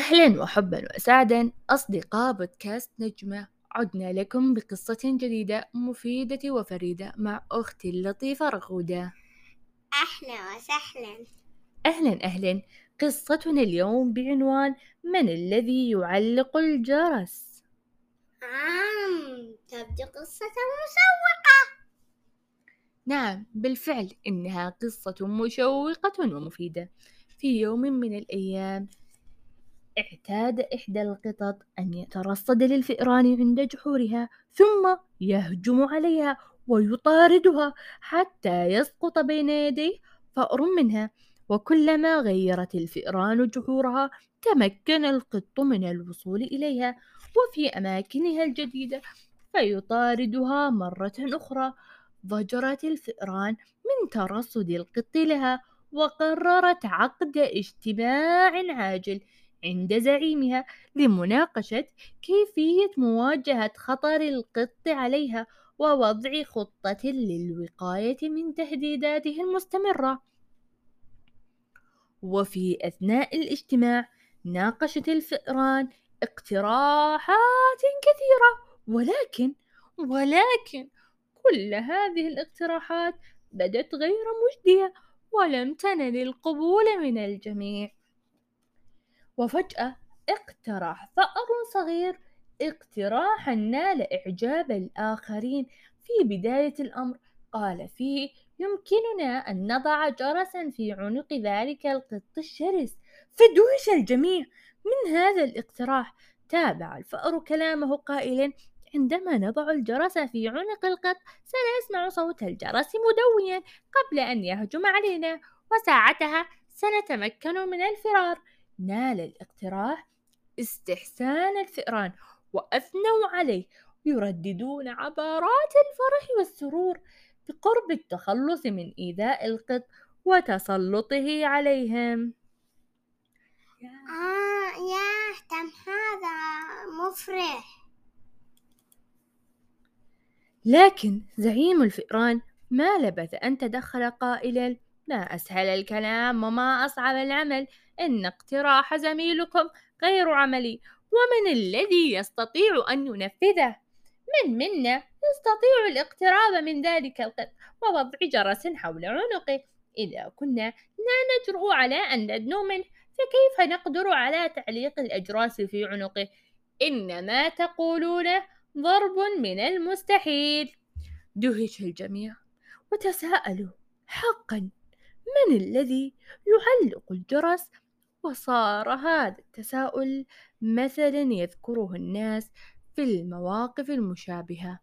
أهلا وحبا وسعدا أصدقاء بودكاست نجمة. عدنا لكم بقصة جديدة مفيدة وفريدة مع أختي اللطيفة رغودة. أهلا وسهلا. أهلا. قصتنا اليوم بعنوان من الذي يعلق الجرس؟ تبدو قصة مشوقة. نعم بالفعل إنها قصة مشوقة ومفيدة. في يوم من الأيام اعتاد إحدى القطط أن يترصد للفئران عند جحورها ثم يهجم عليها ويطاردها حتى يسقط بين يديه فأر منها، وكلما غيرت الفئران جحورها تمكن القط من الوصول إليها وفي أماكنها الجديدة فيطاردها مرة أخرى. ضجرت الفئران من ترصد القط لها وقررت عقد اجتماع عاجل عند زعيمها لمناقشة كيفية مواجهة خطر القط عليها ووضع خطة للوقاية من تهديداته المستمرة. وفي أثناء الاجتماع ناقشت الفئران اقتراحات كثيرة، ولكن كل هذه الاقتراحات بدت غير مجدية ولم تنل القبول من الجميع. وفجأة اقترح ثأر صغير اقتراحا نال إعجاب الآخرين. في بداية الأمر قال فيه: يمكننا أن نضع جرسا في عنق ذلك القط الشرس. فدهش الجميع من هذا الاقتراح. تابع الفأر كلامه قائلا: عندما نضع الجرس في عنق القط سنسمع صوت الجرس مدويا قبل أن يهجم علينا، وساعتها سنتمكن من الفرار. نال الاقتراح استحسان الفئران وأثنوا عليه يرددون عبارات الفرح والسرور بقرب التخلص من إيذاء القط وتسلطه عليهم. تم هذا مفرح. لكن زعيم الفئران ما لبث أن تدخل قائلا: ما أسهل الكلام وما أصعب العمل، إن اقتراح زميلكم غير عملي، ومن الذي يستطيع أن ينفذه؟ من منا يستطيع الاقتراب من ذلك القط ووضع جرس حول عنقه؟ إذا كنا لا نجرؤ على أن ندنو منه فكيف نقدر على تعليق الأجراس في عنقه؟ إن ما تقولونه ضرب من المستحيل. دهش الجميع وتساءلوا: حقا من الذي يعلق الجرس؟ وصار هذا التساؤل مثلا يذكره الناس في المواقف المشابهة.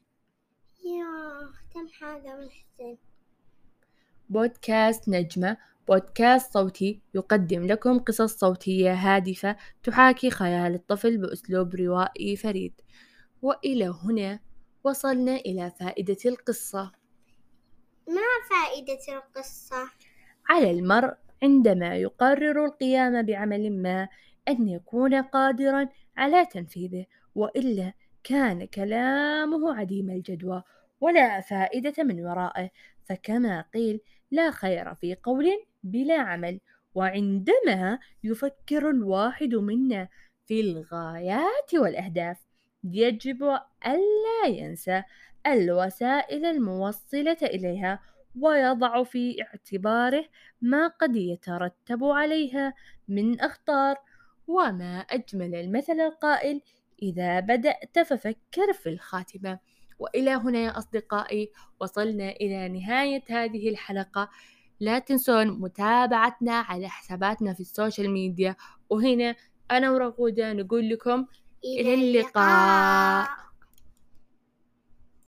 تم هذا محزن. بودكاست نجمة بودكاست صوتي يقدم لكم قصص صوتية هادفة تحاكي خيال الطفل بأسلوب روائي فريد. وإلى هنا وصلنا إلى فائدة القصة. ما فائدة القصة؟ على المرء عندما يقرر القيام بعمل ما أن يكون قادرا على تنفيذه، وإلا كان كلامه عديم الجدوى ولا فائدة من ورائه. فكما قيل: لا خير في قول بلا عمل. وعندما يفكر الواحد منا في الغايات والأهداف يجب ألا ينسى الوسائل الموصلة إليها ويضع في اعتباره ما قد يترتب عليها من أخطار. وما أجمل المثل القائل: إذا بدأت ففكر في الخاتمة. وإلى هنا يا أصدقائي وصلنا إلى نهاية هذه الحلقة. لا تنسون متابعتنا على حساباتنا في السوشيال ميديا. وهنا أنا ورغودة نقول لكم إلى اللقاء.